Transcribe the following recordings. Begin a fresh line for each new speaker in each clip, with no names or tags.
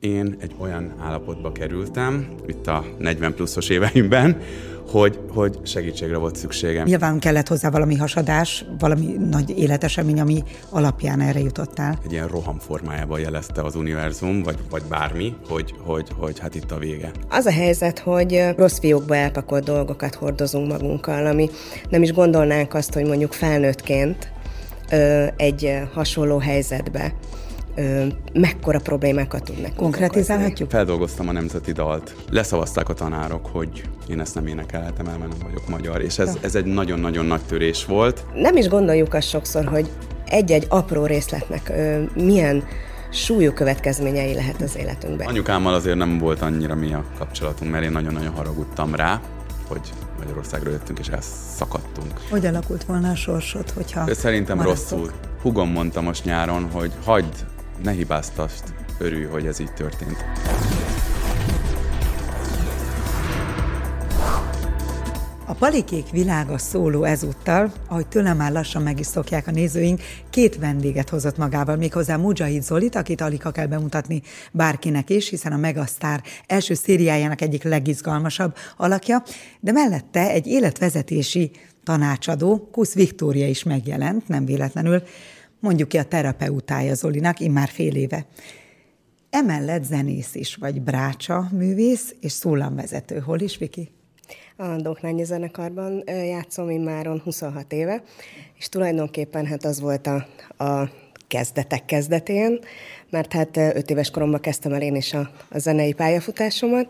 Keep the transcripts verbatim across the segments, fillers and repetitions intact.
én egy olyan állapotba kerültem, itt a negyven pluszos éveimben, hogy, hogy segítségre volt szükségem.
Nyilván kellett hozzá valami hasadás, valami nagy életesemény, ami alapján erre jutottál.
Egy ilyen roham formájában jelezte az univerzum, vagy, vagy bármi, hogy, hogy, hogy hát itt a vége.
Az a helyzet, hogy rossz fiókba elpakolt dolgokat hordozunk magunkkal, ami nem is gondolnánk azt, hogy mondjuk felnőttként egy hasonló helyzetbe mekkora problémákat tud nekünk
konkretizálhatjuk?
Feldolgoztam a nemzeti dalt. Leszavazták a tanárok, hogy én ezt nem énekelhetem el, mert nem vagyok magyar, és ez, ez egy nagyon-nagyon nagy törés volt.
Nem is gondoljuk azt sokszor, hogy egy-egy apró részletnek ö, milyen súlyú következményei lehet az életünkben.
Anyukámmal azért nem volt annyira mi a kapcsolatunk, mert én nagyon-nagyon haragudtam rá, hogy Magyarországra jöttünk és elszakadtunk.
Hogy alakult volna a sorsod, hogyha
Szerintem
maradtok?
rosszul. Hugom mondta most nyáron, hogy hagyd, ne hibáztasd, örülj, hogy ez így történt.
A Palikék világa szóló ezúttal, ahogy tőlem már lassan meg is szokják a nézőink, két vendéget hozott magával, méghozzá Mujahid Zolit, akit alig kell bemutatni bárkinek is, hiszen a Megasztár első szériájának egyik legizgalmasabb alakja, de mellette egy életvezetési tanácsadó, Kusz Viktória is megjelent, nem véletlenül, mondjuk ki a terapeutája Zolinak, immár fél éve. Emellett zenész is, vagy brácsa művész és szólamvezető. Hol is, Viki?
A Doknányi zenekarban játszom immáron huszonhat éve, és tulajdonképpen hát az volt a, a kezdetek kezdetén, mert hát öt éves koromban kezdtem el én is a, a zenei pályafutásomat,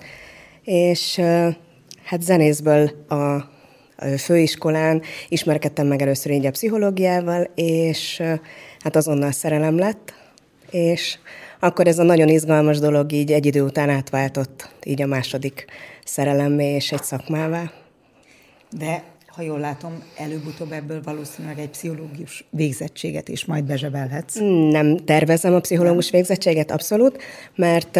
és hát zenészből a főiskolán ismerkedtem meg először így a pszichológiával, és hát azonnal szerelem lett, és akkor ez a nagyon izgalmas dolog így egy idő után átváltott így a második szerelemmé és egy szakmává.
De, ha jól látom, előbb-utóbb ebből valószínűleg egy pszichológus végzettséget is majd bezsebelhetsz.
Nem tervezem a pszichológus nem. végzettséget, abszolút, mert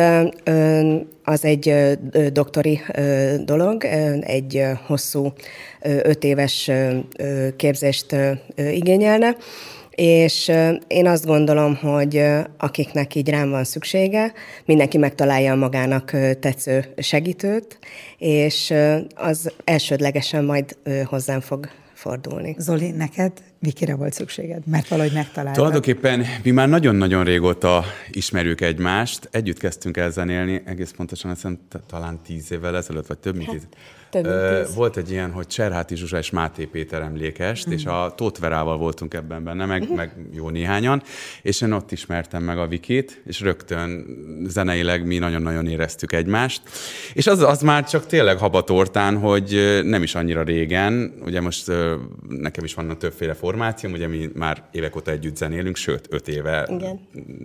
az egy doktori dolog, egy hosszú öt éves képzést igényelne, és én azt gondolom, hogy akiknek így rám van szüksége, mindenki megtalálja magának tetsző segítőt, és az elsődlegesen majd hozzám fog fordulni.
Zoli, neked Vikire volt szükséged? Mert valahogy megtaláltad.
Tulajdonképpen mi már nagyon-nagyon régóta ismerjük egymást. Együtt kezdtünk el zenélni, egész pontosan azt hiszem talán tíz évvel ezelőtt, vagy több mint tíz.
Több mint tíz.
Volt egy ilyen, hogy Cserháti Zsuzsa és Máté Péter emlékest, mm. és a Tóth Verával voltunk ebben benne, meg, mm. meg jó néhányan, és én ott ismertem meg a Vikit, és rögtön zeneileg mi nagyon-nagyon éreztük egymást. És az, az már csak tényleg habatortán, hogy nem is annyira régen, ugye most nekem is vannak többféle formációm, ugye mi már évek óta együtt zenélünk, sőt, öt éve.
Igen.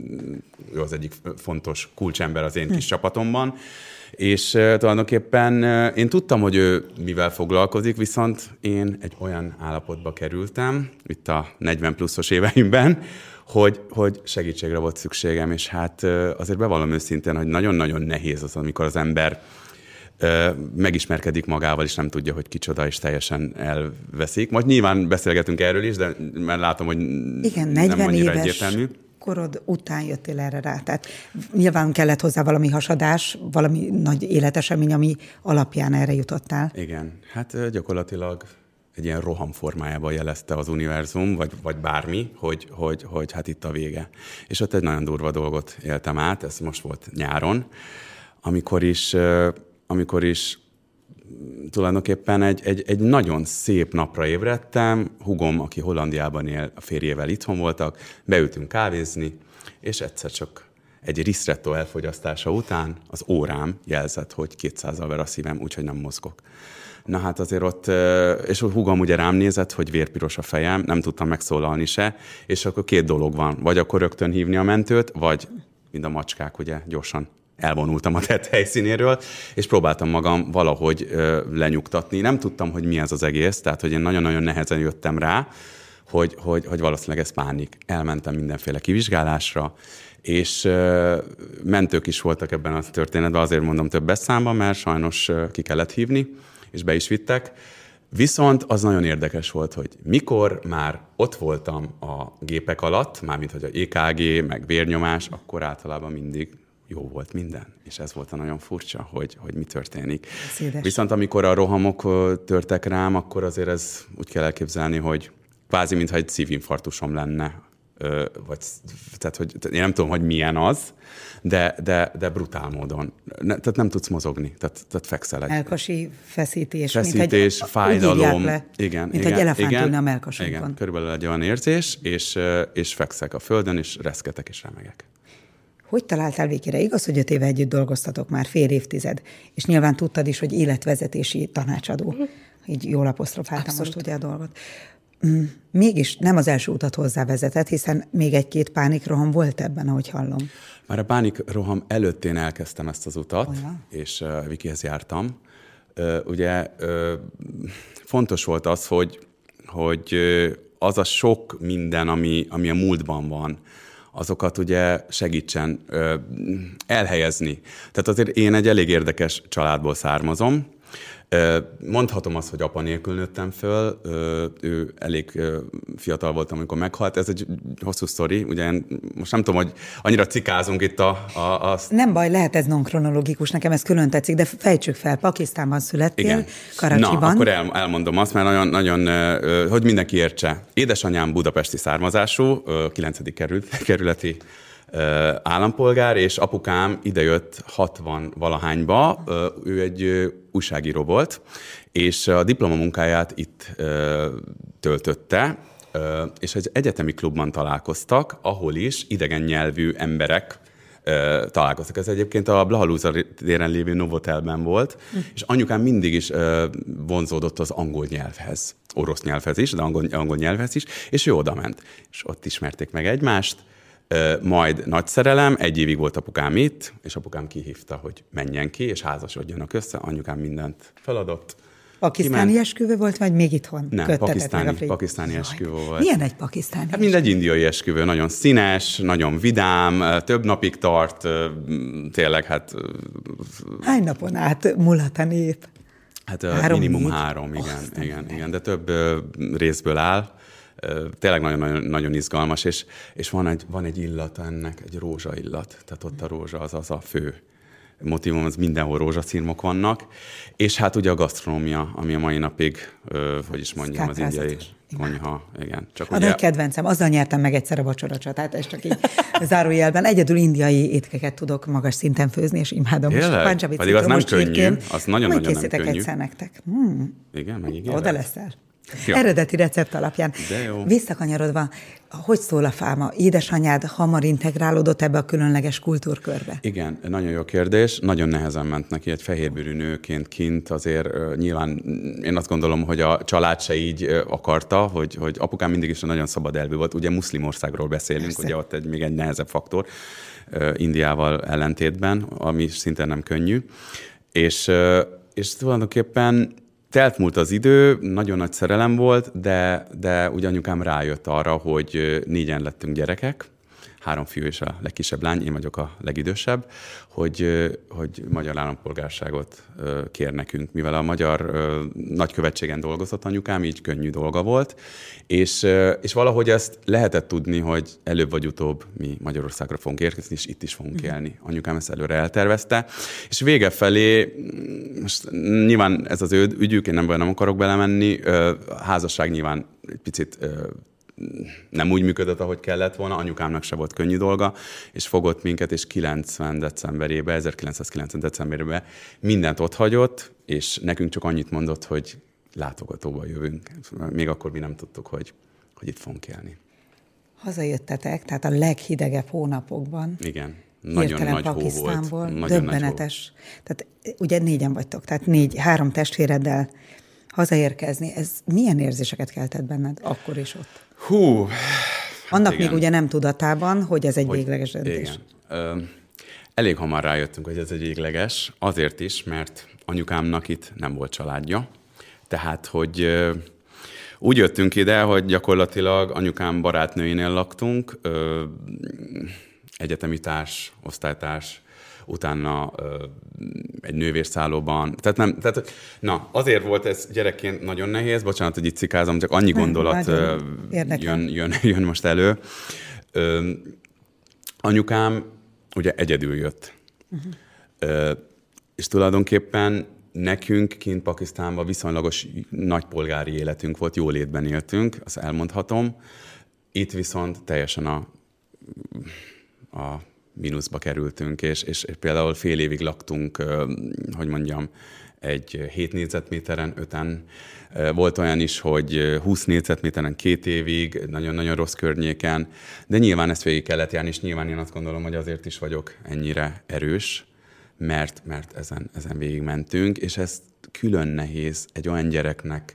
Ő az egyik fontos kulcsember az én hm. kis csapatomban, és uh, tulajdonképpen uh, én tudtam, hogy ő mivel foglalkozik, viszont én egy olyan állapotba kerültem, itt a negyven pluszos éveimben, hogy, hogy segítségre volt szükségem, és hát uh, azért bevallom őszintén, hogy nagyon-nagyon nehéz az, amikor az ember uh, megismerkedik magával, és nem tudja, hogy kicsoda, és teljesen elveszik. Majd nyilván beszélgetünk erről is, de mert látom, hogy
igen,
nem annyira
éves
egyértelmű.
Korod után jöttél erre rá. Tehát nyilván kellett hozzá valami hasadás, valami nagy életesemény, ami alapján erre jutottál.
Igen, hát gyakorlatilag egy ilyen roham formájában jelezte az univerzum, vagy, vagy bármi, hogy, hogy, hogy hát itt a vége. És ott egy nagyon durva dolgot éltem át, ez most volt nyáron, amikor is, amikor is tulajdonképpen egy, egy, egy nagyon szép napra ébredtem, hugom, aki Hollandiában él, a férjével itthon voltak, beültünk kávézni, és egyszer csak egy ristretto elfogyasztása után az órám jelzett, hogy kétszázzal ver a szívem, úgyhogy nem mozgok. Na hát azért ott, és a hugom ugye rám nézett, hogy vérpiros a fejem, nem tudtam megszólalni se, és akkor két dolog van, vagy akkor rögtön hívni a mentőt, vagy mind a macskák, ugye gyorsan elvonultam a tett helyszínéről, és próbáltam magam valahogy ö, lenyugtatni. Nem tudtam, hogy mi ez az egész, tehát hogy én nagyon-nagyon nehezen jöttem rá, hogy, hogy, hogy valószínűleg ez pánik. Elmentem mindenféle kivizsgálásra, és ö, mentők is voltak ebben a történetben, azért mondom többes számban, mert sajnos ö, ki kellett hívni, és be is vittek. Viszont az nagyon érdekes volt, hogy mikor már ott voltam a gépek alatt, mármint hogy a é ká gé, meg vérnyomás, akkor általában mindig jó volt minden. És ez volt a nagyon furcsa, hogy, hogy mi történik.
Szédes.
Viszont amikor a rohamok törtek rám, akkor azért ez úgy kell elképzelni, hogy kvázi, mintha egy szívinfarktusom lenne. Vagy, tehát, hogy én nem tudom, hogy milyen az, de, de, de brutál módon. Ne, tehát nem tudsz mozogni, tehát, tehát fekszel egy.
Melkasi feszítés.
Feszítés,
mint egy,
fájdalom.
Le,
igen,
mint
igen,
egy elefánt
igen,
ülne a melkasunkon.
Igen, körülbelül egy olyan érzés, és, és fekszek a földön, és reszketek, és remegek.
Hogy találtál végére? Igaz, hogy öt éve együtt dolgoztatok már, fél évtized, és nyilván tudtad is, hogy életvezetési tanácsadó. Uh-huh. Így jól apostrofáltam most ugye a dolgot. Mégis nem az első utat hozzá vezetett, hiszen még egy-két pánikroham volt ebben, ahogy hallom.
Már a pánikroham előtt én elkezdtem ezt az utat,
Olyan?
és uh, Vikihez jártam. Uh, ugye uh, fontos volt az, hogy, hogy uh, az a sok minden, ami, ami a múltban van, azokat ugye segítsen uh, elhelyezni. Tehát azért én egy elég érdekes családból származom. Mondhatom azt, hogy apa nélkül nőttem föl, ő elég fiatal volt, amikor meghalt. Ez egy hosszú sztori, ugye most nem tudom, hogy annyira cikázunk itt a... a, a... Nem
baj, lehet ez non-kronológikus, nekem ez külön tetszik, de fejtsük fel, Pakisztánban születtél,
igen.
Karacsiban.
Na, akkor el, elmondom azt, mert nagyon, nagyon, hogy mindenki értse. Édesanyám budapesti származású, kilencedik kerületi állampolgár, és apukám idejött hatvan valahányba, ő egy újságíró volt, és a diplomamunkáját itt töltötte, és egy egyetemi klubban találkoztak, ahol is idegen nyelvű emberek találkoztak. Ez egyébként a Blahalúza téren lévő Novotelben volt, hm. és anyukám mindig is vonzódott az angol nyelvhez, orosz nyelvhez is, de angol, angol nyelvhez is, és ő oda ment. És ott ismerték meg egymást, majd nagy szerelem, egy évig volt apukám itt, és apukám kihívta, hogy menjen ki, és házasodjanak össze, anyukám mindent feladott.
Pakisztáni Kiment. esküvő volt, vagy még itthon?
Nem, pakisztáni, pakisztáni esküvő volt.
Milyen egy pakisztáni?
Hát mind egy indiai esküvő, nagyon színes, nagyon vidám, több napig tart, tényleg hát...
Hány napon át mulat a nép?
Hát három minimum négy? három, igen, oh, igen, igen, de több részből áll. Tényleg nagyon-nagyon nagyon izgalmas, és, és van, egy, van egy illata ennek, egy rózsaillat. Tehát ott a rózsa az az a fő motívum, az mindenhol rózsacírmok vannak. És hát ugye a gasztronómia, ami a mai napig, hogy is mondjam, az indiai konyha. Igen. Csak
a
ugye...
nagy kedvencem, azzal nyertem meg egyszer a vacsoracsatát, ez csak így zárójelben. Egyedül indiai étkeket tudok magas szinten főzni, és imádom.
Most pedig az nem könnyű, az nagyon-nagyon nem könnyű.
egyszer nektek. Hmm.
Igen, megígérem.
Oda leszel. Jó. Eredeti recept alapján. Visszakanyarodva, hogy szól a fáma? Édesanyád hamar integrálódott ebbe a különleges kultúrkörbe?
Igen, nagyon jó kérdés. Nagyon nehezen ment neki egy fehérbőrű nőként kint. Azért uh, nyilván én azt gondolom, hogy a család se így uh, akarta, hogy, hogy apukám mindig is nagyon szabad elvű volt. Ugye muszlim országról beszélünk, persze. Ugye ott egy, még egy nehezebb faktor uh, Indiával ellentétben, ami szintén nem könnyű. És, uh, és tulajdonképpen telt múlt az idő, nagyon nagy szerelem volt, de, de ugye anyukám rájött arra, hogy négyen lettünk gyerekek, három fiú és a legkisebb lány, én vagyok a legidősebb, hogy, hogy magyar állampolgárságot kér nekünk, mivel a magyar nagykövetségen dolgozott anyukám, így könnyű dolga volt, és, és valahogy ezt lehetett tudni, hogy előbb vagy utóbb mi Magyarországra fogunk érkezni, és itt is fogunk élni. Anyukám ezt előre eltervezte, és vége felé, most nyilván ez az ő ügyük, én nem, nem akarok belemenni, a házasság nyilván egy picit nem úgy működött, ahogy kellett volna, anyukámnak se volt könnyű dolga, és fogott minket, és kilencven decemberében, ezerkilencszázkilencven decemberében mindent otthagyott, és nekünk csak annyit mondott, hogy látogatóba jövünk. Még akkor mi nem tudtuk, hogy, hogy itt fogunk élni.
Hazajöttetek, tehát a leghidegebb hónapokban.
Igen. Nagyon nagy hó volt.
Nagyon döbbenetes. Nagy hó. Tehát ugye négyen vagytok, tehát négy, három testvéreddel hazaérkezni. Ez milyen érzéseket keltett benned akkor és ott?
Hú!
Annak igen. Még ugye nem tudatában, hogy ez egy hogy, végleges döntés.
Igen. Ö, elég hamar rájöttünk, hogy ez egy végleges. Azért is, mert anyukámnak itt nem volt családja. Tehát, hogy ö, úgy jöttünk ide, hogy gyakorlatilag anyukám barátnőinél laktunk, ö, egyetemi társ, osztálytárs, utána ö, egy nővérszállóban. Tehát nem, tehát, na, azért volt ez gyerekként nagyon nehéz, bocsánat, hogy itt cikázom, csak annyi gondolat ö, jön, jön, jön most elő. Ö, anyukám ugye egyedül jött. Uh-huh. Ö, és tulajdonképpen nekünk kint Pakisztánban viszonylagos nagy polgári életünk volt, jólétben éltünk, azt elmondhatom. Itt viszont teljesen a, a mínuszba kerültünk, és, és például fél évig laktunk, hogy mondjam, egy hét négyzetméteren, öten. Volt olyan is, hogy húsz négyzetméteren két évig, nagyon-nagyon rossz környéken, de nyilván ezt végig kellett járni, és nyilván én azt gondolom, hogy azért is vagyok ennyire erős, mert, mert ezen, ezen végig mentünk, és ez külön nehéz egy olyan gyereknek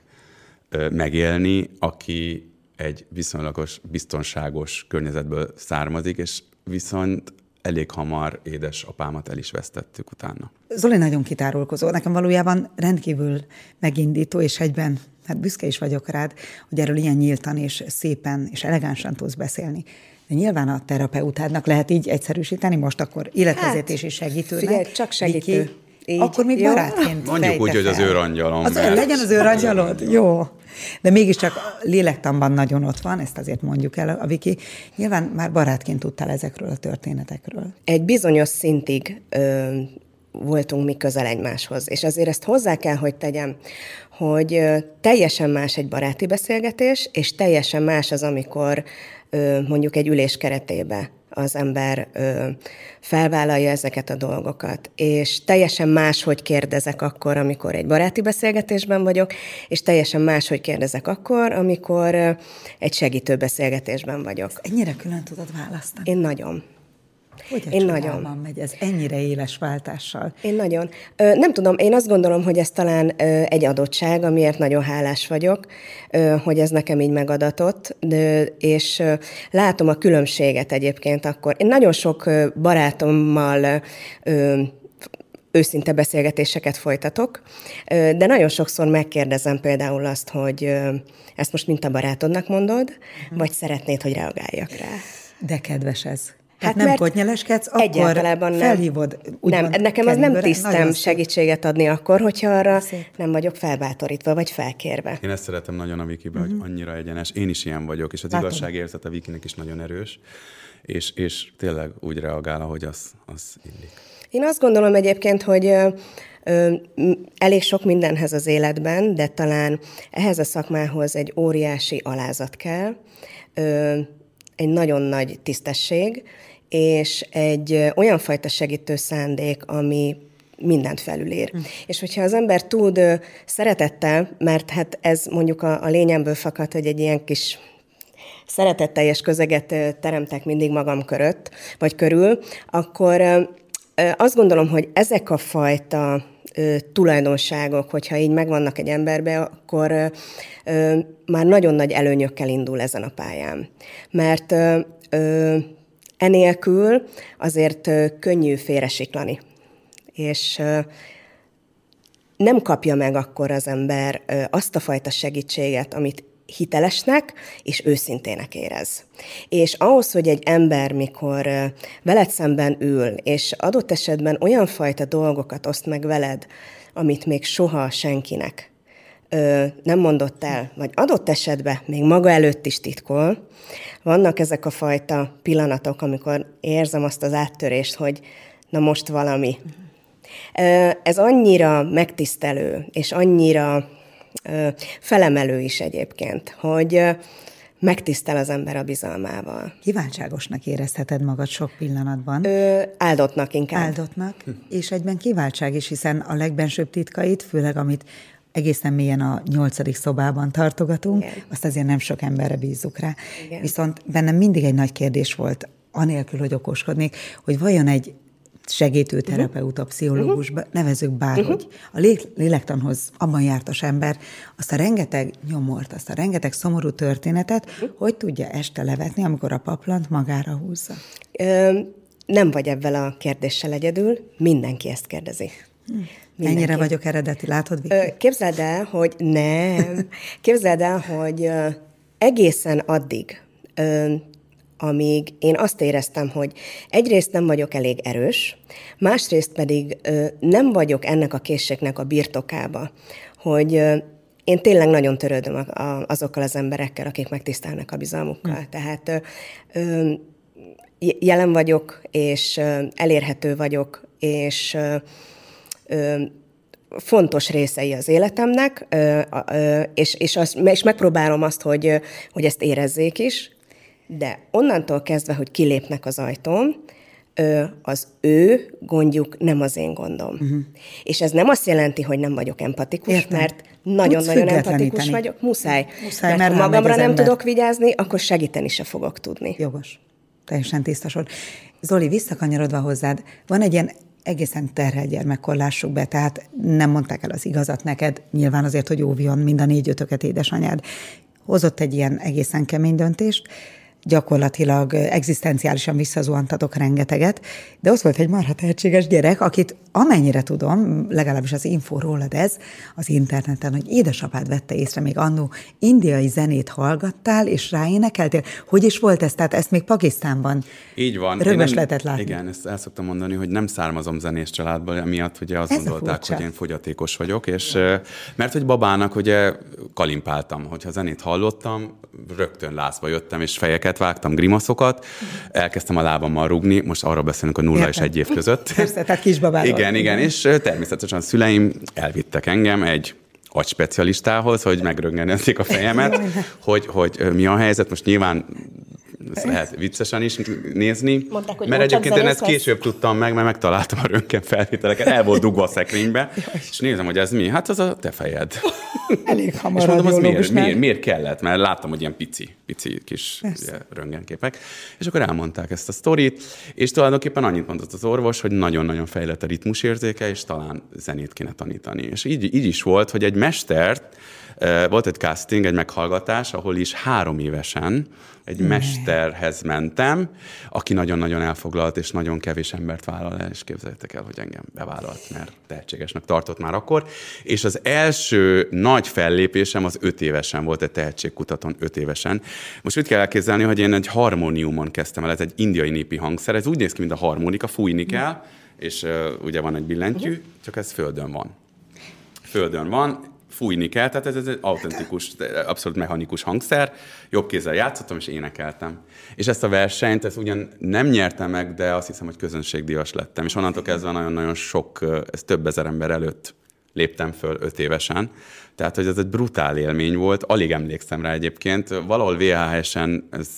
megélni, aki egy viszonylagos, biztonságos környezetből származik, és viszont elég hamar édesapámat el is vesztettük utána.
Zoli nagyon kitárulkozó. Nekem valójában rendkívül megindító, és egyben hát büszke is vagyok rád, hogy erről ilyen nyíltan és szépen és elegánsan tudsz beszélni. De nyilván a terapeutádnak lehet így egyszerűsíteni, most akkor életvezetési segítőnek.
Figyelj, csak segítő.
Viki, így, akkor még jó? Barátként
mondjuk úgy, hogy az őrangyalom.
Az, mert... Legyen az őrangyalod? Jó. De mégiscsak lélektanban nagyon ott van, ezt azért mondjuk el a Viki. Nyilván már barátként tudtál ezekről a történetekről.
Egy bizonyos szintig ö, voltunk mi közel egymáshoz. És azért ezt hozzá kell, hogy tegyem, hogy ö, teljesen más egy baráti beszélgetés, és teljesen más az, amikor ö, mondjuk egy ülés keretében az ember ö, felvállalja ezeket a dolgokat. És teljesen más, hogy kérdezek akkor, amikor egy baráti beszélgetésben vagyok, és teljesen más, hogy kérdezek akkor, amikor ö, egy segítő beszélgetésben vagyok.
Ezt ennyire külön tudod választani?
Én nagyon.
Hogy én nagyon. Megy ez ennyire éles váltással?
Én nagyon. Ö, nem tudom, én azt gondolom, hogy ez talán ö, egy adottság, amiért nagyon hálás vagyok, ö, hogy ez nekem így megadatott, de, és ö, látom a különbséget egyébként akkor. Én nagyon sok ö, barátommal ö, őszinte beszélgetéseket folytatok, ö, de nagyon sokszor megkérdezem például azt, hogy ö, ezt most mint a barátodnak mondod, uh-huh. vagy szeretnéd, hogy reagáljak rá.
De kedves ez. Hát nem kotnyeleskedsz, akkor
nem.
felhívod.
Nem, nekem az nem tisztem segítséget adni akkor, hogyha arra szép. Nem vagyok felbátorítva, vagy felkérve.
Én ezt szeretem nagyon a Vikiben, uh-huh. hogy annyira egyenes. Én is ilyen vagyok, és az Látom. igazságérzet a Vikinek is nagyon erős, és, és tényleg úgy reagál, ahogy az, az illik.
Én azt gondolom egyébként, hogy ö, ö, elég sok mindenhez az életben, de talán ehhez a szakmához egy óriási alázat kell, ö, egy nagyon nagy tisztesség, és egy olyan fajta segítő szándék, ami mindent felülír. Hm. És hogyha az ember tud szeretettel, mert hát ez mondjuk a, a lényemből fakad, hogy egy ilyen kis szeretetteljes közeget teremtek mindig magam körött, vagy körül, akkor azt gondolom, hogy ezek a fajta tulajdonságok, hogyha így megvannak egy emberbe, akkor ö, már nagyon nagy előnyökkel indul ezen a pályán. Mert ö, ö, enélkül azért ö, könnyű félresiklani. És ö, nem kapja meg akkor az ember ö, azt a fajta segítséget, amit hitelesnek és őszintének érez. És ahhoz, hogy egy ember, mikor veled szemben ül, és adott esetben olyan fajta dolgokat oszt meg veled, amit még soha senkinek ö, nem mondott el, vagy adott esetben még maga előtt is titkol, vannak ezek a fajta pillanatok, amikor érzem azt az áttörést, hogy na most valami. Ö, ez annyira megtisztelő, és annyira felemelő is egyébként, hogy megtisztel az ember a bizalmával.
Kiváltságosnak érezheted magad sok pillanatban.
Ö, áldottnak inkább.
Áldottnak, és egyben kiváltság is, hiszen a legbensőbb titkait, főleg amit egészen mélyen a nyolcadik szobában tartogatunk, igen. azt azért nem sok emberre bízzuk rá. Igen. Viszont bennem mindig egy nagy kérdés volt, anélkül, hogy okoskodnék, hogy vajon egy segítő terapeuta, pszichológus, uh-huh. nevezzük bárhogy. Uh-huh. A lé- lélektanhoz abban jártas ember azt a rengeteg nyomort, azt a rengeteg szomorú történetet, uh-huh. hogy tudja este levetni, amikor a paplant magára húzza?
Ö, nem vagy ebben a kérdéssel egyedül, mindenki ezt kérdezi.
Hmm. Ennyire vagyok eredeti, látod, Viki?
Ö, képzeld el, hogy nem. Képzeld el, hogy ö, egészen addig, ö, amíg én azt éreztem, hogy egyrészt nem vagyok elég erős, másrészt pedig ö, nem vagyok ennek a készségnek a birtokába, hogy ö, én tényleg nagyon törődöm a, a, azokkal az emberekkel, akik megtisztelnek a bizalmukkal. Mm. Tehát ö, ö, jelen vagyok, és ö, elérhető vagyok és ö, ö, fontos részei az életemnek, ö, ö, és, és, az, és megpróbálom azt, hogy, hogy ezt érezzék is, de onnantól kezdve, hogy kilépnek az ajtón, az ő gondjuk nem az én gondom. Uh-huh. És ez nem azt jelenti, hogy nem vagyok empatikus, Értem. mert nagyon-nagyon empatikus vagyok. Muszáj. Muszáj mert ha magamra nem ember. tudok vigyázni, akkor segíteni se fogok tudni.
Jogos. Teljesen tiszta sor. Zoli, visszakanyarodva hozzád, van egy ilyen egészen terhelt gyermekkor, lássuk be, tehát nem mondták el az igazat neked, nyilván azért, hogy óvjon mind a négy-ötöket édesanyád. Hozott egy ilyen egészen kemény döntést, gyakorlatilag egzisztenciálisan visszazuhantatok rengeteget, de ott volt egy marha tehetséges gyerek, akit amennyire tudom, legalábbis az info rólad ez, az interneten, hogy édesapád vette észre, még annó indiai zenét hallgattál, és ráénekeltél. Hogy is volt ez? Tehát ezt még Pakisztánban
így van.
rögös lehetett látni.
Igen, ezt el szoktam mondani, hogy nem származom zenés családból, emiatt ugye azt ez gondolták, hogy én fogyatékos vagyok, és ja. mert hogy babának ugye kalimpáltam, hogyha zenét hallottam, rögtön lázba jöttem, és fejeket vágtam, grimaszokat, elkezdtem a lábammal rúgni, most arra beszélünk, hogy nulla Értem. és egy év között.
Persze, tehát kisbabáról.
Igen, igen, és természetesen a szüleim elvittek engem egy agyspecialistához, hogy megröntgenezzék a fejemet, hogy, hogy mi a helyzet. Most nyilván ezt lehet viccesen is nézni, Mondták, mert egyébként én ezt később tudtam meg, mert megtaláltam a röntgen felvételeket, el volt dugva a szekrénybe, és nézem, hogy ez mi? Hát az a te fejed.
Elég hamar.
És mondom, az miért, miért, miért kellett? Mert láttam, hogy ilyen pici, pici kis röntgenképek. És akkor elmondták ezt a sztorit, és tulajdonképpen annyit mondott az orvos, hogy nagyon-nagyon fejlett a ritmusérzéke, és talán zenét kéne tanítani. És így, így is volt, hogy egy mestert, volt egy casting, egy meghallgatás, ahol is három évesen egy ne. mesterhez mentem, aki nagyon-nagyon elfoglalt, és nagyon kevés embert vállal el, és képzeljétek el, hogy engem bevállalt, mert tehetségesnek tartott már akkor. És az első nagy fellépésem az öt évesen volt, egy tehetségkutatón öt évesen. Most úgy kell elképzelni, hogy én egy harmóniumon kezdtem el, ez egy indiai népi hangszer, ez úgy néz ki, mint a harmonika, fújni kell, és uh, ugye van egy billentyű, csak ez földön van. Földön van, fújni kell, tehát ez, ez egy autentikus, abszolút mechanikus hangszer, jobb kézzel játszottam, és énekeltem. És ezt a versenyt, ezt ugyan nem nyertem meg, de azt hiszem, hogy közönségdíjas lettem, és onnantól kezdve nagyon-nagyon sok, ez több ezer ember előtt léptem föl öt évesen. Tehát, hogy ez egy brutál élmény volt, alig emlékszem rá egyébként. Valahol vé há es-en ez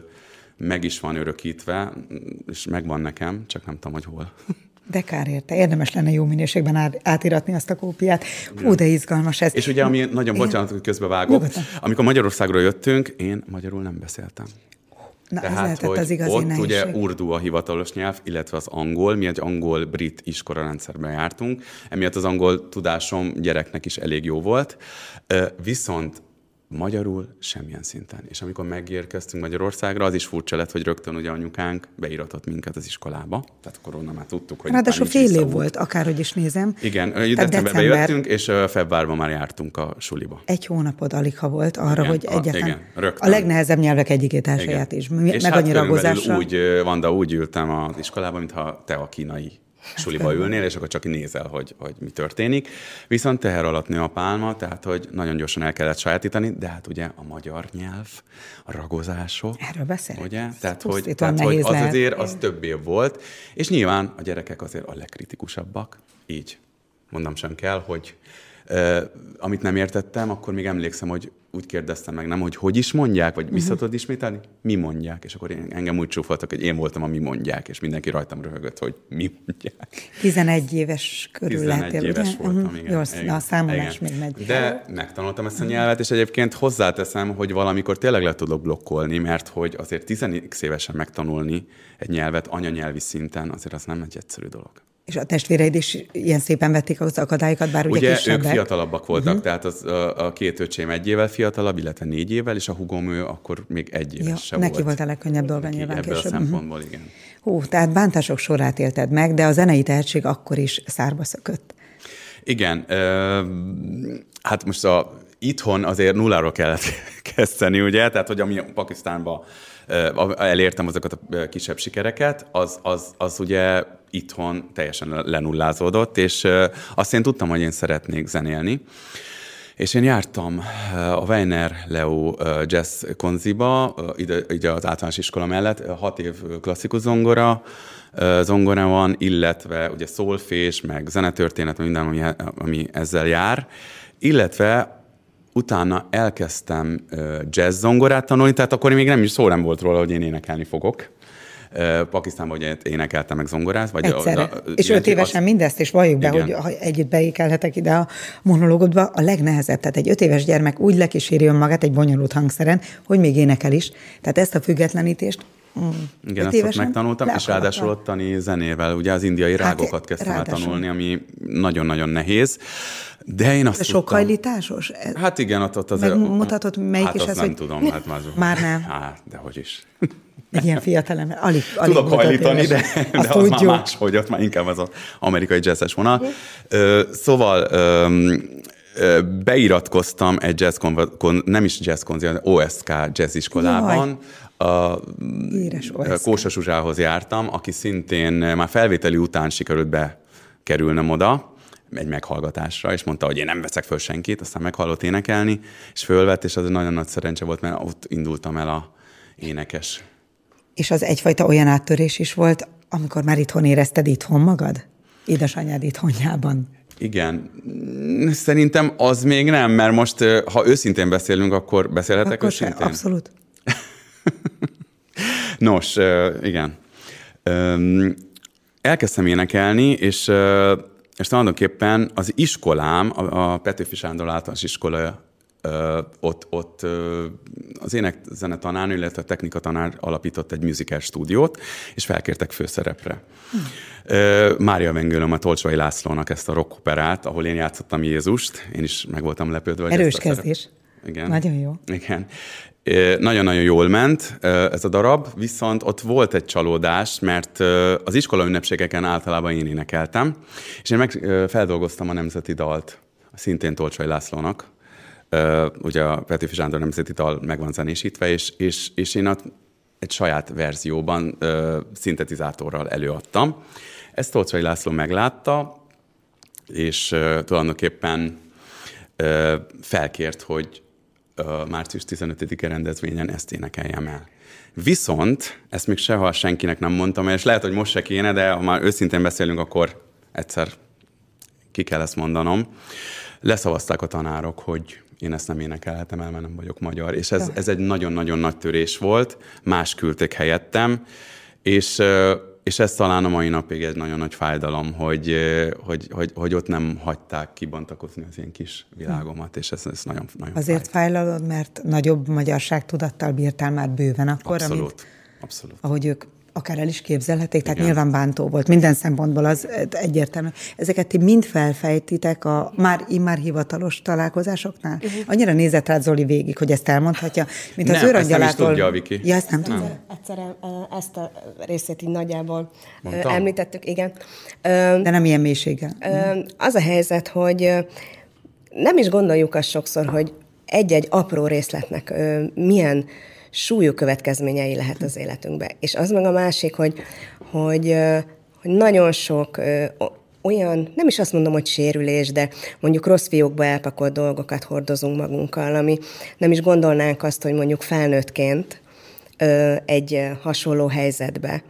meg is van örökítve, és megvan nekem, csak nem tudom, hogy hol.
De kár érte. Érdemes lenne jó minőségben átiratni azt a kópiát. Hú, de izgalmas ez.
És ugye, ami nagyon én... bocsánat, hogy közbevágok, Nyugodtan. amikor Magyarországról jöttünk, én magyarul nem beszéltem.
Na,
Tehát, hogy az igazi ott nehézség. Ugye urdu a hivatalos nyelv, illetve az angol. Mi egy angol-brit iskolarendszerben jártunk. Emiatt az angol tudásom gyereknek is elég jó volt. Viszont magyarul semmilyen szinten. És amikor megérkeztünk Magyarországra, az is furcsa lett, hogy rögtön ugye anyukánk beíratott minket az iskolába. Tehát akkor onnan már tudtuk, hogy
ráadásul fél év volt, akárhogy is nézem.
Igen, decemberben december... jöttünk, és februárban már jártunk a suliba.
Egy hónapod alig, ha volt arra,
igen,
hogy egyáltalán
igen,
a legnehezebb nyelvek egyikét elsaját is. Meg
és
annyi
hát
ragozásra.
úgy, Vanda, úgy ültem az iskolában, mintha te a kínai suliba ülnél, és akkor csak nézel, hogy, hogy mi történik. Viszont teher alatt nő a pálma, tehát hogy nagyon gyorsan el kellett sajátítani, de hát ugye a magyar nyelv, a ragozások.
Erről beszélek.
Ugye? Tehát, hogy, tehát hogy az lehet. Azért az több év volt, és nyilván a gyerekek azért a legkritikusabbak. Így mondom sem kell, hogy uh, amit nem értettem, akkor még emlékszem, hogy úgy kérdeztem meg, nem, hogy hogy is mondják, vagy vissza tudod ismételni? Mi mondják? És akkor én, engem úgy csúfoltak, hogy én voltam a mi mondják, és mindenki rajtam röhögött, hogy mi mondják.
tizenegy éves körül lettél,
tizenegy éves
ugye?
voltam, igen.
Jó, igen. A számolás igen. még megy.
De megtanultam ezt a nyelvet, és egyébként hozzáteszem, hogy valamikor tényleg le tudok blokkolni, mert hogy azért tizenegy évesen megtanulni egy nyelvet anyanyelvi szinten, azért az nem egy egyszerű dolog.
És a testvéreid is ilyen szépen vették az akadályokat, bár ugye, ugye kisebbek.
Ők fiatalabbak voltak, uh-huh. tehát az, a, a két öcsém egy évvel fiatalabb, illetve négy évvel, és a hugom ő akkor még egy éves ja, se
neki
volt.
Neki volt a legkönnyebb dolga nyilván
ebből
később.
Ebből a szempontból, igen.
Hú, tehát bántások sorát élted meg, de a zenei tehetség akkor is szárba szökött.
Igen, hát most a, itthon azért nulláról kellett kezdeni, ugye, tehát hogy ami Pakisztánban elértem azokat a kisebb sikereket, az, az, az ugye itthon teljesen lenullázódott, és azt én tudtam, hogy én szeretnék zenélni. És én jártam a Weiner Leo Jazz Konziba, ide, ide az általános iskola mellett, hat év klasszikus zongora, zongora van, illetve ugye szólfés, meg zenetörténet, minden, ami, ami ezzel jár, illetve utána elkezdtem jazz zongorát tanulni, tehát akkor még nem is szó nem volt róla, hogy én énekelni fogok. Pakisztánban ugye énekeltem meg zongorát. Vagy
Egyszerre.
A, a,
és öt évesen az... mindezt, és valljuk be, hogy ha együtt beékelhetek ide a monológodba, a legnehezebb. Tehát egy öt éves gyermek úgy lekíséri önmagát egy bonyolult hangszeren, hogy még énekel is. Tehát ezt a függetlenítést mm,
igen, ezt ott megtanultam, és ráadásul ottani zenével, ugye az indiai rágokat hát, kezdtem el tanulni, ami nagyon-nagyon nehéz. De én azt
sokhajlításos?
Hát igen, ott, ott az...
Megmutatod, melyik
hát
is
az
ez,
nem
hogy...
tudom. Hát már,
már nem.
Hát, de hogy is.
Egy ilyen fiatal ember. Alig, alig
tudok hajlítani, de, de az
tudjuk.
már máshogy, ott már inkább az az amerikai jazzes vonal. Uh, szóval um, beiratkoztam egy jazz kon, nem is jazz konzi, hanem o es ká jazziskolában. A Kósa Zsuzsához jártam, aki szintén már felvételi után sikerült bekerülnem oda egy meghallgatásra, és mondta, hogy én nem veszek föl senkit, aztán meghallott énekelni, és fölvett, és az nagyon nagy szerencse volt, mert ott indultam el a énekes.
És az egyfajta olyan áttörés is volt, amikor már itthon érezted itthon magad? Édesanyád itthonjában.
Igen. Szerintem az még nem, mert most, ha őszintén beszélünk, akkor beszélhetek
akkor
őszintén?
Se, abszolút.
Nos, igen. Elkezdtem énekelni, és, és tulajdonképpen az iskolám, a Petőfi Sándor általános iskola, ott, ott az ének-zene tanár, illetve a technika tanár alapított egy musical stúdiót, és felkértek főszerepre. Hm. Mária Vengőlöm a Tolcsai Lászlónak ezt a rock operát, ahol én játszottam Jézust, én is meg voltam lepődve.
Erős kezdés.
Igen.
Nagyon jó.
Igen. Nagyon-nagyon jól ment ez a darab, viszont ott volt egy csalódás, mert az iskola ünnepségeken általában én énekeltem, és én meg feldolgoztam a nemzeti dalt, szintén Tolcsai Lászlónak. Ugye a Petőfi Sándor nemzeti dal meg van zenésítve, és, és, és én egy saját verzióban szintetizátorral előadtam. Ezt Tolcsai László meglátta, és tulajdonképpen felkért, hogy március tizenötödike rendezvényen ezt énekeljem el. Viszont ezt még sehol senkinek nem mondtam, és lehet, hogy most se kéne, de ha már őszintén beszélünk, akkor egyszer ki kell ezt mondanom. Leszavazták a tanárok, hogy én ezt nem énekelhetem el, mert nem vagyok magyar. És ez, ez egy nagyon-nagyon nagy törés volt, más küldték helyettem, és, és ez talán a mai napig egy nagyon nagy fájdalom, hogy, hogy, hogy, hogy ott nem hagyták kibontakozni az én kis világomat, és ez, ez nagyon, nagyon
Azért fájlalod, mert nagyobb magyarságtudattal bírtál már bőven akkor,
abszolút,
amit,
abszolút.
ahogy ők akár el is képzelhetik, tehát igen. Nyilván bántó volt. Minden szempontból az egyértelmű. Ezeket ti mind felfejtitek a már immár hivatalos találkozásoknál? Uh-huh. Annyira nézett rád Zoli végig, hogy ezt elmondhatja, mint
nem,
az őrangyalától.
Nem, ezt nem is tudja a Viki.
Ja, ezt nem tudja.
Egyszerűen ezt a részét így nagyjából
Mondtam?
említettük, igen.
De nem ilyen mélységgel.
Az a helyzet, hogy nem is gondoljuk azt sokszor, hogy egy-egy apró részletnek milyen súlyú következményei lehet az életünkbe. És az meg a másik, hogy, hogy, hogy nagyon sok olyan, nem is azt mondom, hogy sérülés, de mondjuk rossz fiókba elpakolt dolgokat hordozunk magunkkal, ami nem is gondolnánk azt, hogy mondjuk felnőttként egy hasonló helyzetbe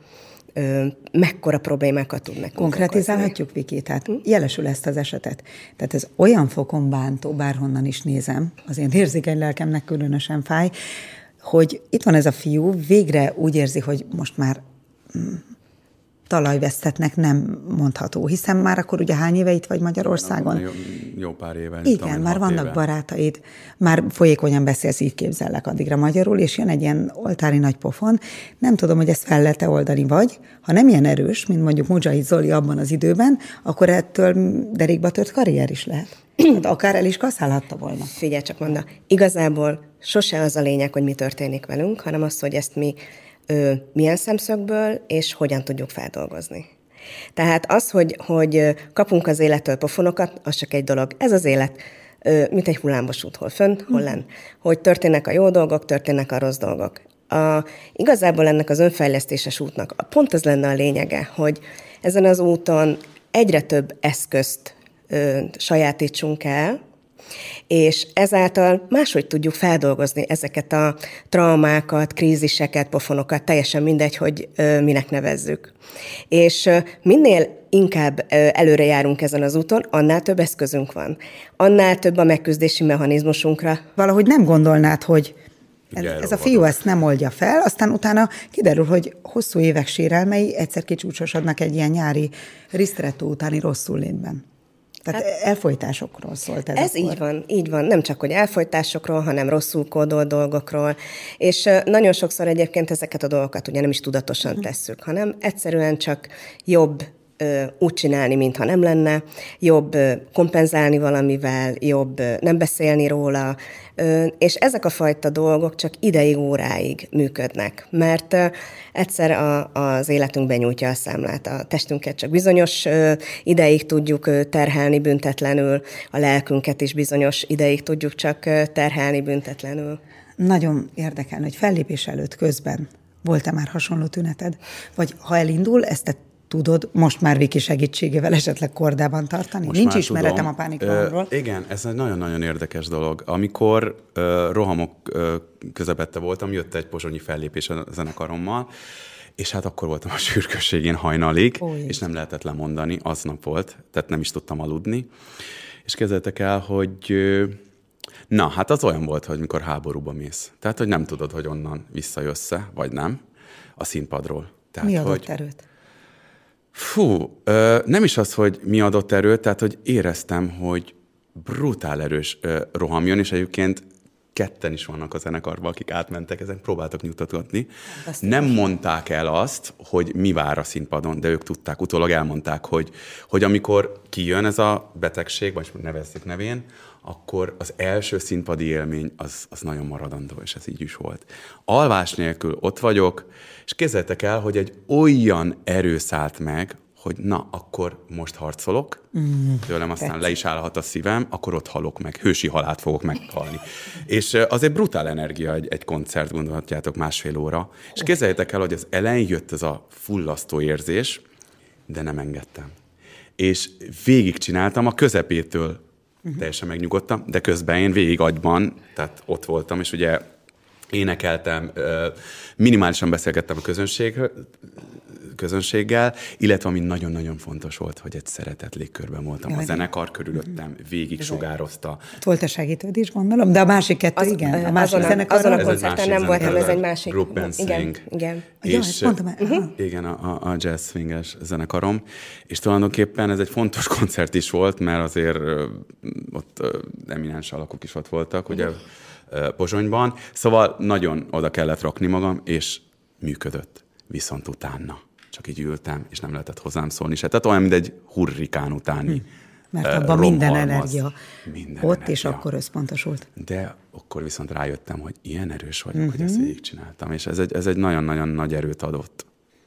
mekkora problémákat tud nekünk
Konkretizálhatjuk, Viki? Tehát hm? jelesül ezt az esetet. Tehát ez olyan fokon bántó, bárhonnan is nézem, az én érzékeny lelkemnek különösen fáj, hogy itt van ez a fiú, végre úgy érzi, hogy most már mm, talajvesztetnek nem mondható, hiszen már akkor ugye hány éve itt vagy Magyarországon?
Jó, jó pár éve.
Igen,
tudom,
már vannak éve. Barátaid, már folyékonyan beszélsz, így képzellek addigra magyarul, és jön egy ilyen oltári nagy pofon. Nem tudom, hogy ezt fel lehet-e oldani, vagy ha nem ilyen erős, mint mondjuk Mujahid Zoli abban az időben, akkor ettől derékba tört karrier is lehet. Hát akár el is kaszálhatta volna.
Figyelj csak, Manda, igazából sose az a lényeg, hogy mi történik velünk, hanem az, hogy ezt mi ö, milyen szemszögből és hogyan tudjuk feldolgozni. Tehát az, hogy, hogy kapunk az élettől pofonokat, az csak egy dolog. Ez az élet, ö, mint egy hullámos út, hol fönn, hol lenn. Hogy történnek a jó dolgok, történnek a rossz dolgok. A, igazából ennek az önfejlesztéses útnak pont az lenne a lényege, hogy ezen az úton egyre több eszközt ö, sajátítsunk el, És ezáltal máshogy tudjuk feldolgozni ezeket a traumákat, kríziseket, pofonokat, teljesen mindegy, hogy minek nevezzük. És minél inkább előre járunk ezen az úton, annál több eszközünk van. Annál több a megküzdési mechanizmusunkra.
Valahogy nem gondolnád, hogy ez, ez a fiú ezt nem oldja fel, aztán utána kiderül, hogy hosszú évek sérelmei egyszer kicsúcsosodnak egy ilyen nyári ristretto utáni rosszul létben. Tehát hát, elfojtásokról szólt ez.
Ez akkor. így van, így van. Nem csak, hogy elfojtásokról, hanem rosszul kódolt dolgokról. És nagyon sokszor egyébként ezeket a dolgokat ugye nem is tudatosan uh-huh. tesszük, hanem egyszerűen csak jobb úgy csinálni, mintha nem lenne, jobb kompenzálni valamivel, jobb nem beszélni róla, és ezek a fajta dolgok csak ideig, óráig működnek, mert egyszer a, az életünkben nyújtja a számlát. A testünket csak bizonyos ideig tudjuk terhelni büntetlenül, a lelkünket is bizonyos ideig tudjuk csak terhelni büntetlenül.
Nagyon érdekel, hogy fellépés előtt közben volt-e már hasonló tüneted? Vagy ha elindul, ezt te tudod most már Viki segítségével esetleg kordában tartani? Most nincs ismeretem tudom. A pánikrohamról.
Ö, igen, ez egy nagyon-nagyon érdekes dolog. Amikor ö, rohamok ö, közepette voltam, jött egy pozsonyi fellépés a zenekarommal, és hát akkor voltam a sürgősségén hajnalig, Ó, és nem lehetett lemondani, aznap volt, tehát nem is tudtam aludni. És képzeljétek el, hogy na, hát az olyan volt, hogy mikor háborúba mész. Tehát, hogy nem tudod, hogy onnan visszajössz-e, vagy nem, a színpadról. Tehát,
mi adott
hogy,
erőt?
Fú, nem is az, hogy mi adott erőt, tehát, hogy éreztem, hogy brutál erős roham jön, és egyébként ketten is vannak a zenekarban, akik átmentek, ezen próbáltak nyugtatni. Nem mondták el azt, hogy mi vár a színpadon, de ők tudták, utólag elmondták, hogy, hogy amikor kijön ez a betegség, vagy nevezzük nevén, akkor az első színpadi élmény az, az nagyon maradandó, és ez így is volt. Alvás nélkül ott vagyok, és képzeljétek el, hogy egy olyan erő szállt meg, hogy na, akkor most harcolok, mm, tőlem aztán tetsz. Le is állhat a szívem, akkor ott halok meg, hősi halált fogok meghalni. És azért brutál energia egy, egy koncert, gondolhatjátok, másfél óra. És képzeljétek el, hogy az elején jött ez a fullasztó érzés, de nem engedtem. És végigcsináltam a közepétől, uh-huh. teljesen megnyugodtam, de közben én végig agyban, tehát ott voltam, és ugye énekeltem, minimálisan beszélgettem a közönség, közönséggel, illetve ami nagyon-nagyon fontos volt, hogy egy szeretett légkörben voltam. Jaj, a zenekar körülöttem, végig sugározta.
Volt a segítőd is, gondolom, de a másik kettő, az, igen. A másik zenekar.
Azon a koncerten nem voltam, ez egy másik.
Group Band Swing.
Igen,
igen. És, ja, uh-huh.
igen, a, a jazz swinges zenekarom. És tulajdonképpen ez egy fontos koncert is volt, mert azért ott eminens alakok is ott voltak, ugye Pozsonyban. Szóval nagyon oda kellett rakni magam, és működött. Viszont utána csak így ültem, és nem lehetett hozzám szólni se. Tehát olyan, mint egy hurrikán utáni hm.
Mert abban minden energia
minden
ott,
energia.
És akkor összpontosult.
De akkor viszont rájöttem, hogy ilyen erős vagyok, uh-huh. hogy ezt végigcsináltam. És ez egy, ez egy nagyon-nagyon nagy erőt adott.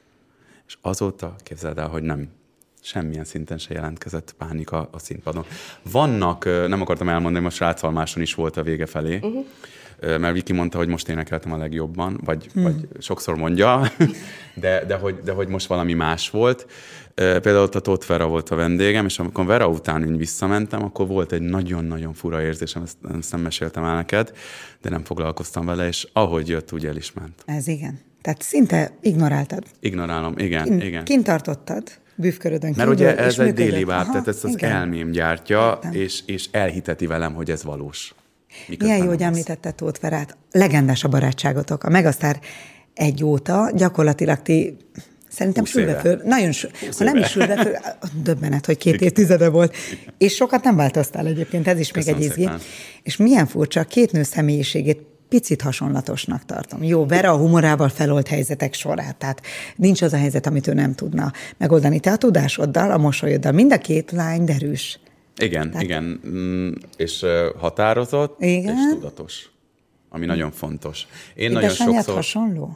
És azóta képzeld el, hogy nem, semmilyen szinten se jelentkezett pánika a színpadon. Vannak, nem akartam elmondani, most srácalmáson is volt a vége felé, uh-huh. mert Viki mondta, hogy most énekeltem a legjobban, vagy, hmm. vagy sokszor mondja, de, de, hogy, de hogy most valami más volt. Például ott a Tóth Vera volt a vendégem, és amikor Vera után úgy visszamentem, akkor volt egy nagyon-nagyon fura érzésem, ezt, ezt nem meséltem el neked, de nem foglalkoztam vele, és ahogy jött, úgy el is ment.
Ez igen. Tehát szinte ignoráltad.
Ignorálom, igen.
Kin,
igen.
Kint tartottad, bűvkörödön
kívül. Mert ugye ez egy déli vár, tehát ezt az
igen.
elmém gyártja, és, és elhiteti velem, hogy ez valós.
Milyen jó, hogy említette Tóth Verát. Legendás a barátságotok. A Megasztár egy óta gyakorlatilag ti szerintem sülve föl. Nagyon sül, ha nem is sülve föl, döbbenet, hogy két évtizede volt. És sokat nem változtál egyébként, ez is Köszönöm még egy izgi. És milyen furcsa, két nő személyiségét picit hasonlatosnak tartom. Jó, Vera a humorával felold helyzetek sorát, tehát nincs az a helyzet, amit ő nem tudna megoldani. Te a tudásoddal, a mosolyoddal, mind a két lány derűs.
Igen, Tehát... igen, és határozott, igen? És tudatos, ami nagyon fontos. Én nagyon sokszor...
hasonló?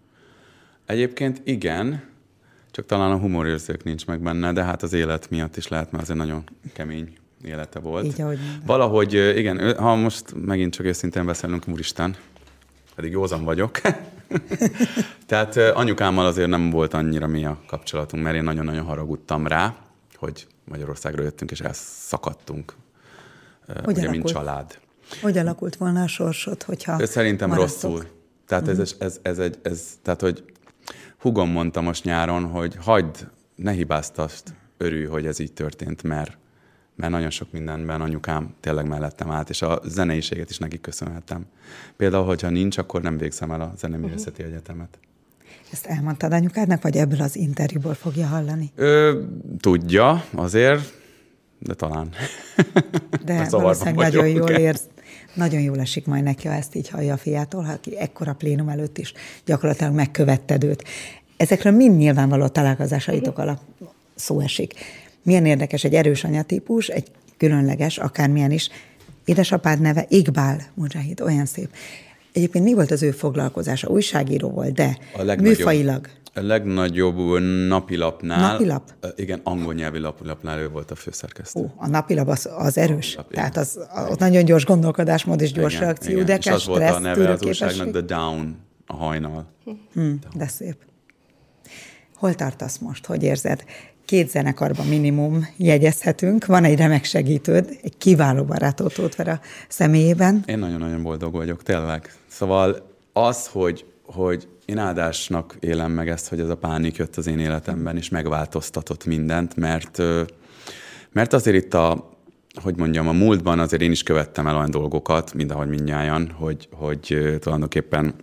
Egyébként igen, csak talán a humorérzék nincs meg benne, de hát az élet miatt is lehet, mert azért nagyon kemény élete volt.
Így, ahogy
Valahogy, igen, ha most megint csak őszintén beszélünk, úristen, pedig józan vagyok. Tehát anyukámmal azért nem volt annyira mély a kapcsolatunk, mert én nagyon-nagyon haragudtam rá, hogy Magyarországra jöttünk, és elszakadtunk
Hogy
ugye, mint család.
Hogy alakult volna a sorsod, hogyha
Szerintem
maradtok?
rosszul. Tehát uh-huh. ez, ez, ez, egy, ez, tehát, hogy hugom mondta most nyáron, hogy hagyd, ne hibáztasd, örülj, hogy ez így történt, mert, mert nagyon sok mindenben anyukám tényleg mellettem állt, és a zeneiséget is neki köszönhetem. Például, hogyha nincs, akkor nem végzem el a Zeneművészeti uh-huh. Egyetemet.
Ezt elmondtad anyukádnak, vagy ebből az interjúból fogja hallani?
Ö, tudja, azért, de talán.
De valószínűleg nagyon jól érz. Nagyon jól esik majd neki, ha ezt így hallja a fiától, ha aki ekkora plénum előtt is gyakorlatilag megkövetted őt. Ezekről mind nyilvánvaló találkozásaitok alatt szó esik. Milyen érdekes, egy erős anyatípus, egy különleges, akármilyen is. Édesapád neve Iqbal Mujahid, olyan szép. Egyébként mi volt az ő foglalkozása? Újságíró volt, de műfajilag.
A legnagyobb napilapnál,
Napilap?
Igen, angol nyelvi napilapnál ő volt a főszerkesztő.
Ó, a napilap az, az erős, napilap, tehát az, ott nagyon gyors gondolkodásmód és gyors igen, reakció,
igen.
de
és az volt a neve az újságnak, The Down, a hajnal.
Hmm, de szép. Hol tartasz most? Hogy érzed? Két zenekarban minimum jegyezhetünk, van egy remek segítőd, egy kiváló barátod Tóth Vera személyében.
Én nagyon-nagyon boldog vagyok, tényleg. Szóval az, hogy, hogy én áldásnak élem meg ezt, hogy ez a pánik jött az én életemben, és megváltoztatott mindent, mert, mert azért itt a, hogy mondjam, a múltban azért én is követtem el olyan dolgokat, mint ahogy mindnyájan, hogy, hogy tulajdonképpen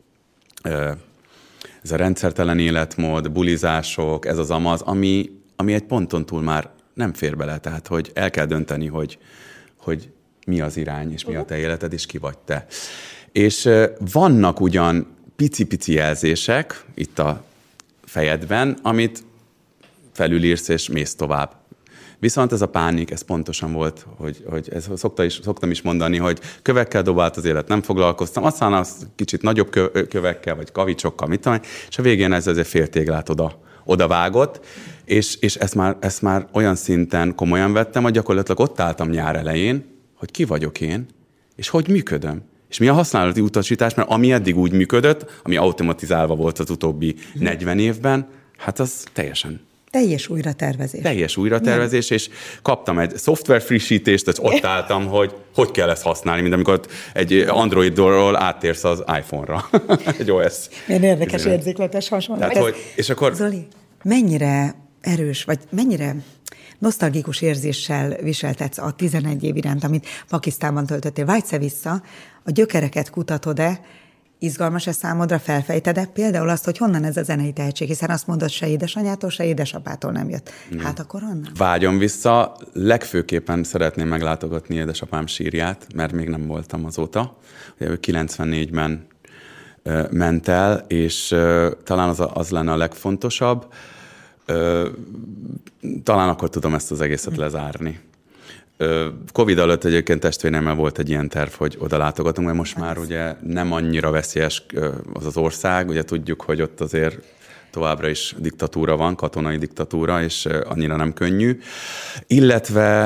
ez a rendszertelen életmód, bulizások, ez az amaz, ami, ami egy ponton túl már nem fér bele, tehát hogy el kell dönteni, hogy, hogy mi az irány, és mi a te életed, és ki vagy te. És vannak ugyan pici-pici jelzések itt a fejedben, amit felülírsz és mész tovább. Viszont ez a pánik, ez pontosan volt, hogy, hogy ez szokta is, szoktam is mondani, hogy kövekkel dobált az élet, nem foglalkoztam, aztán az kicsit nagyobb kövekkel, vagy kavicsokkal, mit tudom, és a végén ez egy fél téglát oda, oda vágott, és, és ezt, már, ezt már olyan szinten komolyan vettem, hogy gyakorlatilag ott álltam nyár elején, hogy ki vagyok én, és hogy működöm. És mi a használati utasítás, mert ami eddig úgy működött, ami automatizálva volt az utóbbi negyven évben, hát az teljesen...
Teljes újratervezés.
Teljes újratervezés, és kaptam egy szoftver frissítést, és ott álltam, hogy hogy kell ezt használni, mint amikor egy Androidról áttérsz az iPhone-ra. Egy o es.
Milyen érdekes érzékletes hasonlat.
Tehát, hogy, és akkor...
Zoli, mennyire erős, vagy mennyire nosztalgikus érzéssel viseltetsz a tizenegy év iránt, amit Pakisztánban töltöttél? Vágysz-e vissza? A gyökereket kutatod-e? Izgalmas-e számodra, felfejted-e? Például azt, hogy honnan ez a zenei tehetség, hiszen azt mondod, se édesanyától, se édesapától nem jött. Nem. Hát akkor honnan?
Vágyom vissza, legfőképpen szeretném meglátogatni édesapám sírját, mert még nem voltam azóta. Ugye ő kilencvennégyben uh, ment el, és uh, talán az, az lenne a legfontosabb. Uh, talán akkor tudom ezt az egészet lezárni. Covid előtt egyébként testvéremmel volt egy ilyen terv, hogy oda látogatunk, mert most már ugye nem annyira veszélyes az az ország, ugye tudjuk, hogy ott azért továbbra is diktatúra van, katonai diktatúra, és annyira nem könnyű. Illetve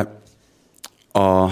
a,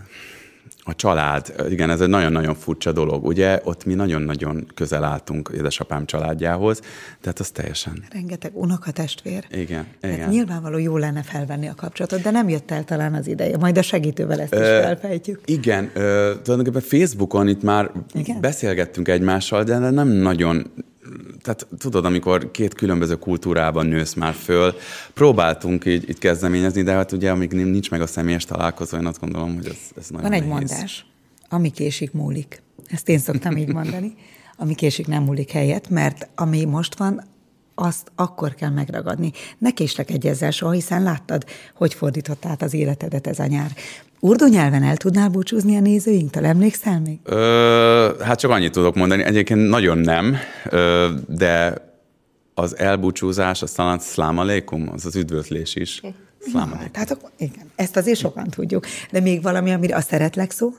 a család, igen, ez egy nagyon-nagyon furcsa dolog. Ugye ott mi nagyon-nagyon közel álltunk édesapám családjához, tehát az teljesen...
Rengeteg unokatestvér.
Igen,
tehát
igen.
Nyilvánvaló jó lenne felvenni a kapcsolatot, de nem jött el talán az ideje. Majd a segítővel ezt is ö, felfejtjük.
Igen, ö, tulajdonképpen Facebookon itt már igen? beszélgettünk egymással, de nem nagyon... Tehát tudod, amikor két különböző kultúrában nősz már föl, próbáltunk így, így kezdeményezni, de hát ugye amíg nincs meg a személyes találkozó, én azt gondolom, hogy ez, ez nagyon
Van egy
nehéz.
mondás, ami késik múlik. Ezt én szoktam így mondani. Ami késik nem múlik helyett, mert ami most van, azt akkor kell megragadni. Ne késlekedj ezzel soha, hiszen láttad, hogy fordított át az életedet ez a nyár. Urdu nyelven el tudnál búcsúzni a nézőinktől? Emlékszel még?
Ö, hát csak annyit tudok mondani. Egyébként nagyon nem, ö, de az elbúcsúzás, az talán szlám aleikum, az az üdvözlés is. Szlám aleikum.
Tehát akkor, igen, ezt azért sokan tudjuk. De még valami, amire a szeretlek szó?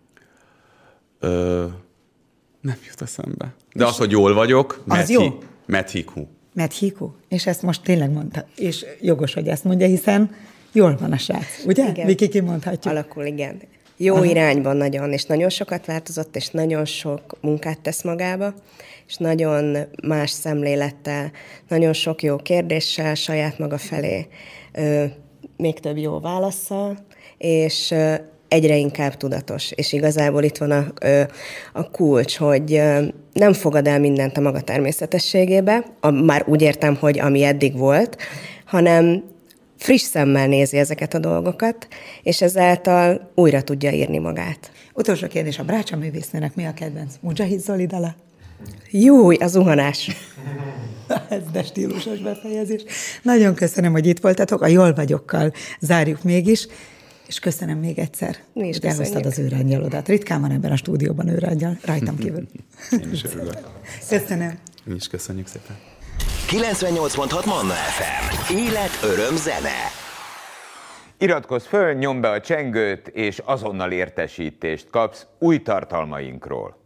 Ö, nem jut eszembe. De az, hogy jól vagyok,
az jó.
Methiku.
Methiku. És ezt most tényleg mondta. És jogos, hogy ezt mondja, hiszen jól van a srác, ugye?
Igen.
Viki, kimondhatjuk.
Alakul, igen. Jó Aha. irányban nagyon, és nagyon sokat változott, és nagyon sok munkát tesz magába, és nagyon más szemlélettel, nagyon sok jó kérdéssel saját maga felé, még több jó válasszal, és egyre inkább tudatos. És igazából itt van a, a kulcs, hogy nem fogad el mindent a maga természetességébe, a, már úgy értem, hogy ami eddig volt, hanem friss szemmel nézi ezeket a dolgokat, és ezáltal újra tudja írni magát.
Utolsó kérdés, a Brácsa művésznőnek mi a kedvenc? Mujahid Zoli dala?
Júj, a zuhanás.
Ez de stílusos befejezés. Nagyon köszönöm, hogy itt voltatok, a Jól vagyokkal zárjuk mégis, és köszönöm még egyszer,
Mi is
hogy elhoztad az őrangyalodat. Ritkán van ebben a stúdióban őrangyal, rajtam kívül.
Én is örülök.
Köszönöm.
Mi is köszönjük szépen.
kilencvennyolc pont hat Manna ef em. Élet, öröm, zene.
Iratkozz föl, nyomd be a csengőt, és azonnal értesítést kapsz új tartalmainkról.